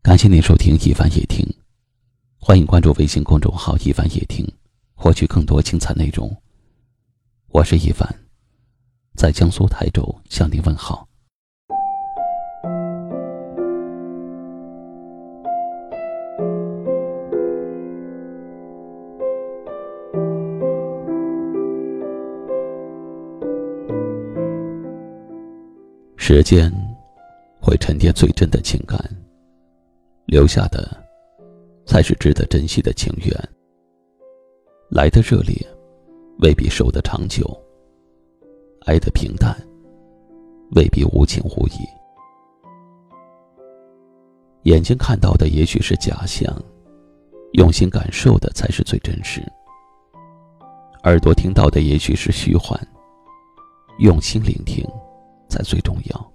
感谢您收听一凡夜听，欢迎关注微信公众号一凡夜听，获取更多精彩内容。我是一凡，在江苏台州向您问好。时间会沉淀最真的情感，留下的才是值得珍惜的情缘。来的热烈未必守得长久，爱的平淡未必无情无义。眼睛看到的也许是假象，用心感受的才是最真实。耳朵听到的也许是虚幻，用心聆听才最重要。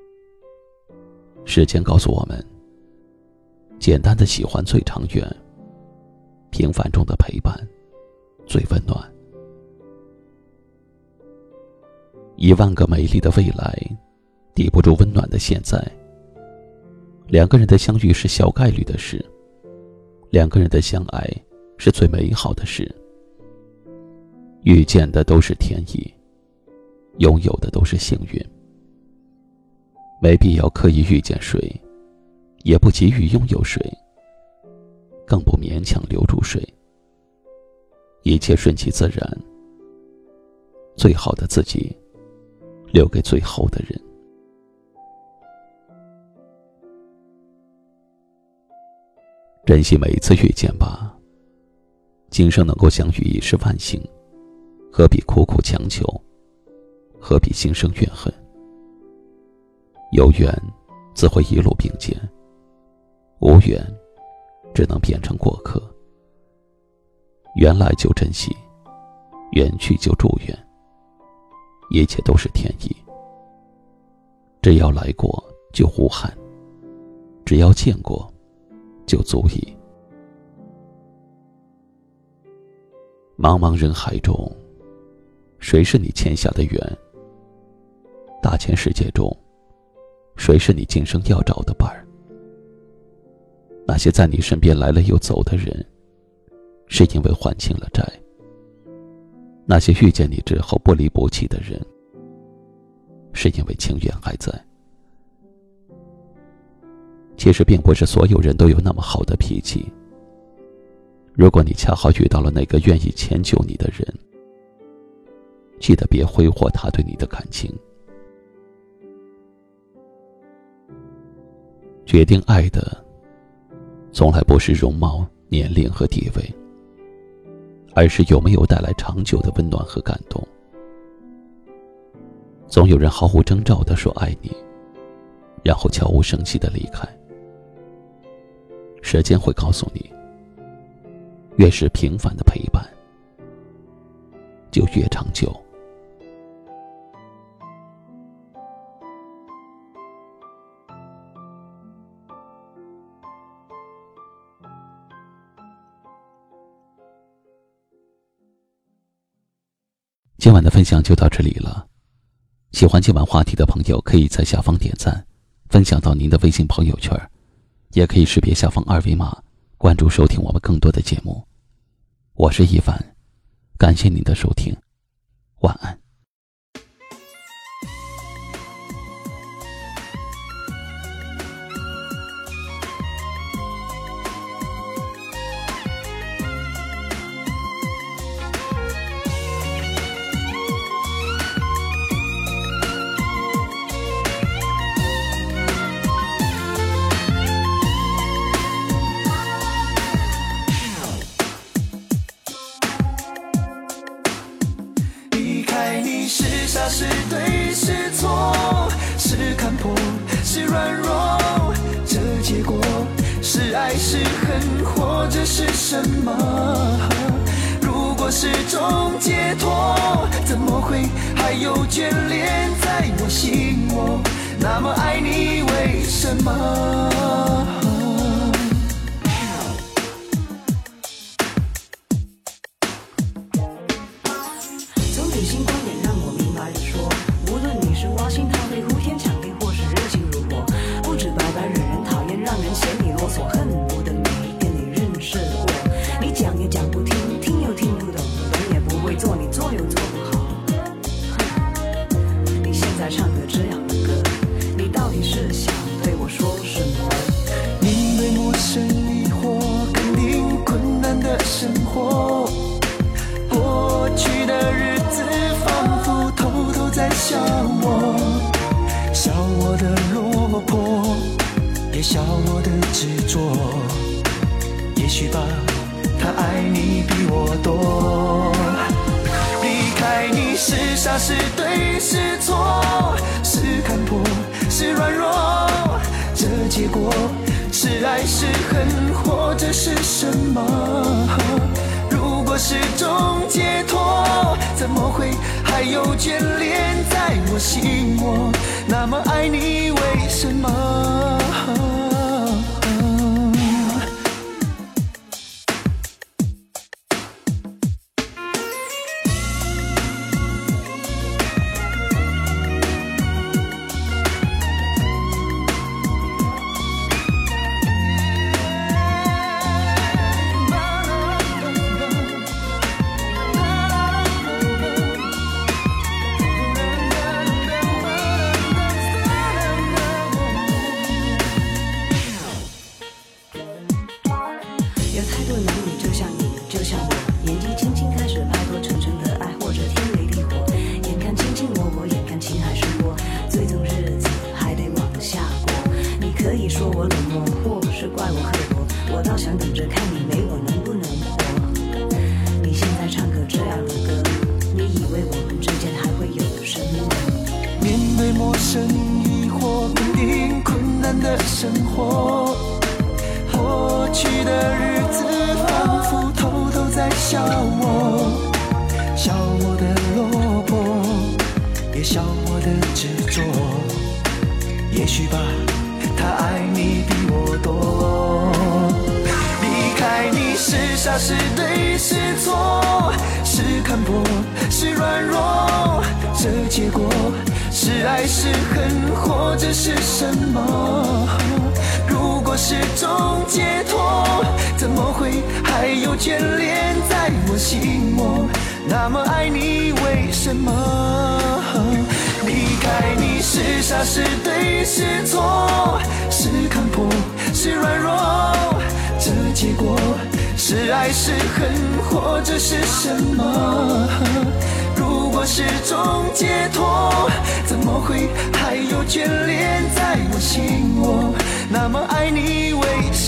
时间告诉我们，简单的喜欢最长远，平凡中的陪伴最温暖。10000个美丽的未来抵不住温暖的现在。两个人的相遇是小概率的事，两个人的相爱是最美好的事。遇见的都是天意，拥有的都是幸运。没必要刻意遇见谁，也不急于拥有谁，更不勉强留住谁。一切顺其自然，最好的自己留给最后的人。珍惜每一次遇见吧，今生能够相遇已是万幸，何必苦苦强求，何必心生怨恨。有缘自会一路并肩，无缘只能变成过客。缘来就珍惜，缘去就祝愿，一切都是天意。只要来过就无憾，只要见过就足矣。茫茫人海中，谁是你欠下的缘？大千世界中，谁是你今生要找的伴儿？那些在你身边来了又走的人，是因为还清了债；那些遇见你之后不离不弃的人，是因为情缘还在。其实并不是所有人都有那么好的脾气。如果你恰好遇到了那个愿意迁就你的人，记得别挥霍他对你的感情。决定爱的从来不是容貌、年龄和地位，而是有没有带来长久的温暖和感动。总有人毫无征兆地说爱你，然后悄无声息地离开。时间会告诉你，越是平凡的陪伴就越长久。今晚的分享就到这里了，喜欢今晚话题的朋友可以在下方点赞，分享到您的微信朋友圈，也可以识别下方2维码关注收听我们更多的节目。我是一凡，感谢您的收听，晚安。 是傻是对是错，是看破是软弱，这结果是爱是恨或者是什么？如果是种解脱，怎么会还有眷恋在我心窝？那么爱你为什么？ 所恨不得没跟你认识过。你讲也讲不听，听又听不懂，懂也不会做，你做又做不好。你现在唱个这样的歌，你到底是想对我说什么？ 面对陌生疑惑，肯定困难的生活，过去的日子仿佛偷偷在笑我，笑我的落魄，也笑我的执着。也许吧，他爱你比我多。离开你是傻是对是错，是看破是软弱，这结果是爱是恨或者是什么？如果是种解脱，怎么会还有眷恋在我心窝？那么爱你为什么？ 有太多男女就像你就像我，年纪轻轻开始拍拖，沉沉的爱或者天雷地火，眼看卿卿我，眼看情海深波，最终日子还得往下过。你可以说我冷漠，或是怪我刻薄，我倒想等着看你没我能不能活。你现在唱个这样的歌，你以为我们之间还会有什么？ 面对陌生疑惑，肯定困难的生活，过去的日子仿佛偷偷在笑我，笑我的落魄，也笑我的执着。也许吧，他爱你比我多。离开你是傻是对是错，是看破是软弱，这结果是爱是恨或者是什么？如果是种解脱，怎么会还有眷恋在我心窝？那么爱你为什么？离开你是傻是对是错，是看破是软弱，这结果是爱是恨或者是什么？如果是种解脱，怎么会还有眷恋在我心窝？那么爱你为